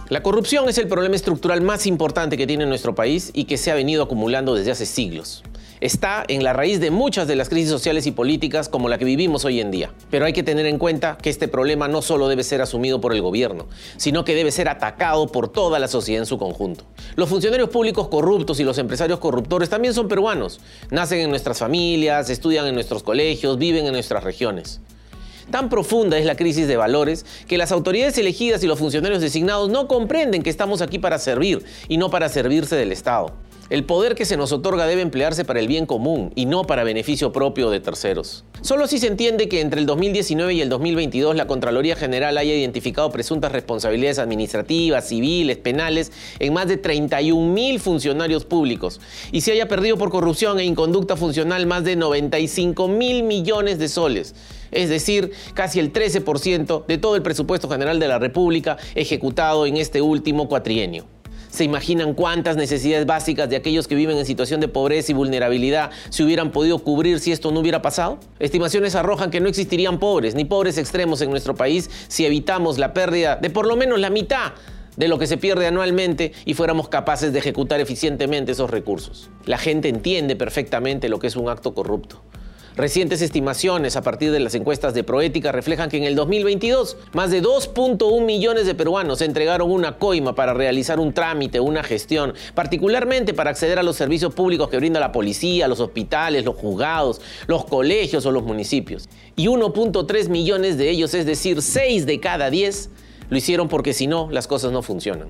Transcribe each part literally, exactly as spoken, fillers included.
La corrupción es el problema estructural más importante que tiene nuestro país y que se ha venido acumulando desde hace siglos. Está en la raíz de muchas de las crisis sociales y políticas como la que vivimos hoy en día. Pero hay que tener en cuenta que este problema no solo debe ser asumido por el gobierno, sino que debe ser atacado por toda la sociedad en su conjunto. Los funcionarios públicos corruptos y los empresarios corruptores también son peruanos. Nacen en nuestras familias, estudian en nuestros colegios, viven en nuestras regiones. Tan profunda es la crisis de valores que las autoridades elegidas y los funcionarios designados no comprenden que estamos aquí para servir y no para servirse del Estado. El poder que se nos otorga debe emplearse para el bien común y no para beneficio propio de terceros. Solo así se entiende que entre el dos mil diecinueve y el dos mil veintidós la Contraloría General haya identificado presuntas responsabilidades administrativas, civiles, penales en más de treinta y un mil funcionarios públicos y se haya perdido por corrupción e inconducta funcional más de noventa y cinco mil millones de soles. Es decir, casi el trece por ciento de todo el presupuesto general de la República ejecutado en este último cuatrienio. ¿Se imaginan cuántas necesidades básicas de aquellos que viven en situación de pobreza y vulnerabilidad se hubieran podido cubrir si esto no hubiera pasado? Estimaciones arrojan que no existirían pobres ni pobres extremos en nuestro país si evitamos la pérdida de por lo menos la mitad de lo que se pierde anualmente y fuéramos capaces de ejecutar eficientemente esos recursos. La gente entiende perfectamente lo que es un acto corrupto. Recientes estimaciones a partir de las encuestas de Proética reflejan que en el dos mil veintidós más de dos punto uno millones de peruanos entregaron una coima para realizar un trámite o una gestión, particularmente para acceder a los servicios públicos que brinda la policía, los hospitales, los juzgados, los colegios o los municipios. Y uno punto tres millones de ellos, es decir, seis de cada diez, lo hicieron porque si no, las cosas no funcionan.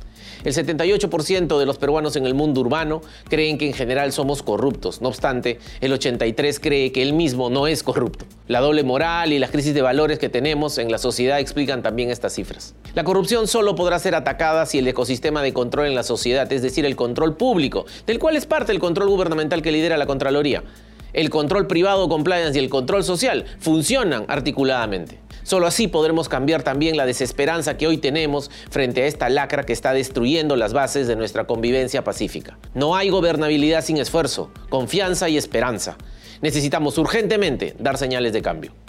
El setenta y ocho por ciento de los peruanos en el mundo urbano creen que en general somos corruptos. No obstante, el ochenta y tres por ciento cree que él mismo no es corrupto. La doble moral y las crisis de valores que tenemos en la sociedad explican también estas cifras. La corrupción solo podrá ser atacada si el ecosistema de control en la sociedad, es decir, el control público, del cual es parte el control gubernamental que lidera la Contraloría, el control privado compliance y el control social, funcionan articuladamente. Solo así podremos cambiar también la desesperanza que hoy tenemos frente a esta lacra que está destruyendo las bases de nuestra convivencia pacífica. No hay gobernabilidad sin esfuerzo, confianza y esperanza. Necesitamos urgentemente dar señales de cambio.